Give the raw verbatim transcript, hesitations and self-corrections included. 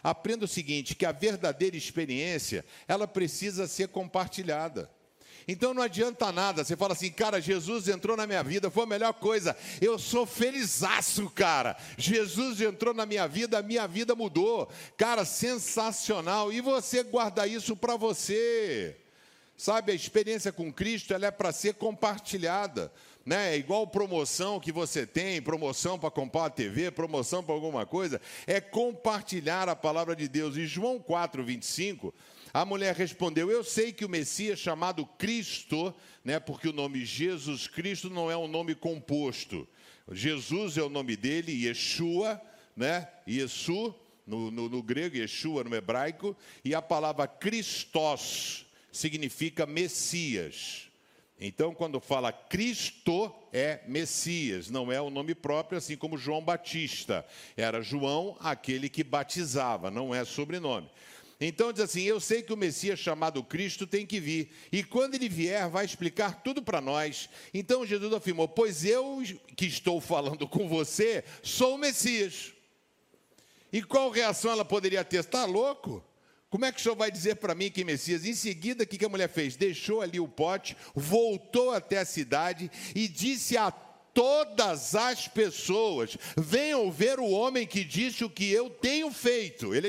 Aprenda o seguinte, que a verdadeira experiência, ela precisa ser compartilhada. Então não adianta nada, você fala assim, cara, Jesus entrou na minha vida, foi a melhor coisa, eu sou felizaço, cara, Jesus entrou na minha vida, a minha vida mudou, cara, sensacional, e você guarda isso para você, sabe, a experiência com Cristo, ela é para ser compartilhada, né? É igual promoção que você tem, promoção para comprar uma T V, promoção para alguma coisa, é compartilhar a palavra de Deus. Em João quatro, vinte e cinco, a mulher respondeu, eu sei que o Messias chamado Cristo, né, porque o nome Jesus Cristo não é um nome composto. Jesus é o nome dele, Yeshua, né, Yesu, no, no, no grego, Yeshua no hebraico, e a palavra Christos significa Messias. Então, quando fala Cristo, é Messias, não é o nome próprio, assim como João Batista. Era João, aquele que batizava, não é sobrenome. Então diz assim, eu sei que o Messias chamado Cristo tem que vir, e quando ele vier vai explicar tudo para nós. Então Jesus afirmou, pois eu que estou falando com você, sou o Messias. E qual reação ela poderia ter? Está louco? Como é que o senhor vai dizer para mim que é Messias? Em seguida, o que a mulher fez? Deixou ali o pote, voltou até a cidade e disse a todas as pessoas, venham ver o homem que disse o que eu tenho feito. Ele